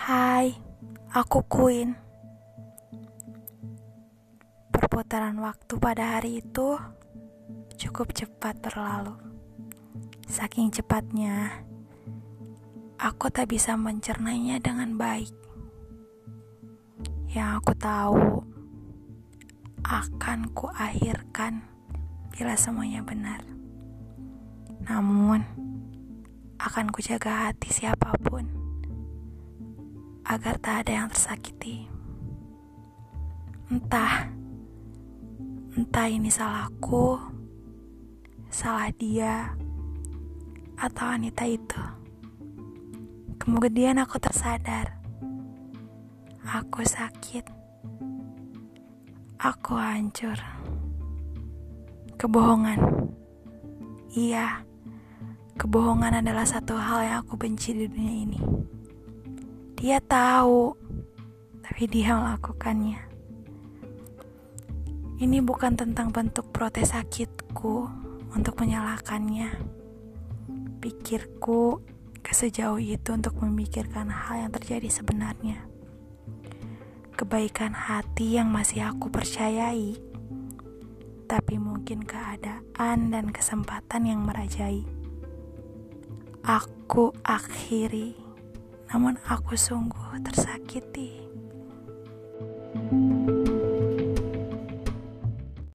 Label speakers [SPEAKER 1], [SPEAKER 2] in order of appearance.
[SPEAKER 1] Hai, aku Queen. Perputaran waktu pada hari itu cukup cepat berlalu. Saking cepatnya, aku tak bisa mencernanya dengan baik. Yang aku tahu akan kuakhirkan bila semuanya benar. Namun, akan kujaga hati siapapun agar tak ada yang tersakiti. Entah ini salahku, salah dia, atau wanita itu. Kemudian aku tersadar, aku sakit, aku hancur. Kebohongan, iya, kebohongan adalah satu hal yang aku benci di dunia ini. Dia tahu, tapi dia melakukannya. Ini bukan tentang bentuk protes sakitku untuk menyalahkannya. Pikirku gak sejauh itu untuk memikirkan hal yang terjadi sebenarnya. Kebaikan hati yang masih aku percayai, tapi mungkin keadaan dan kesempatan yang merajai. Aku akhiri, namun aku sungguh tersakiti.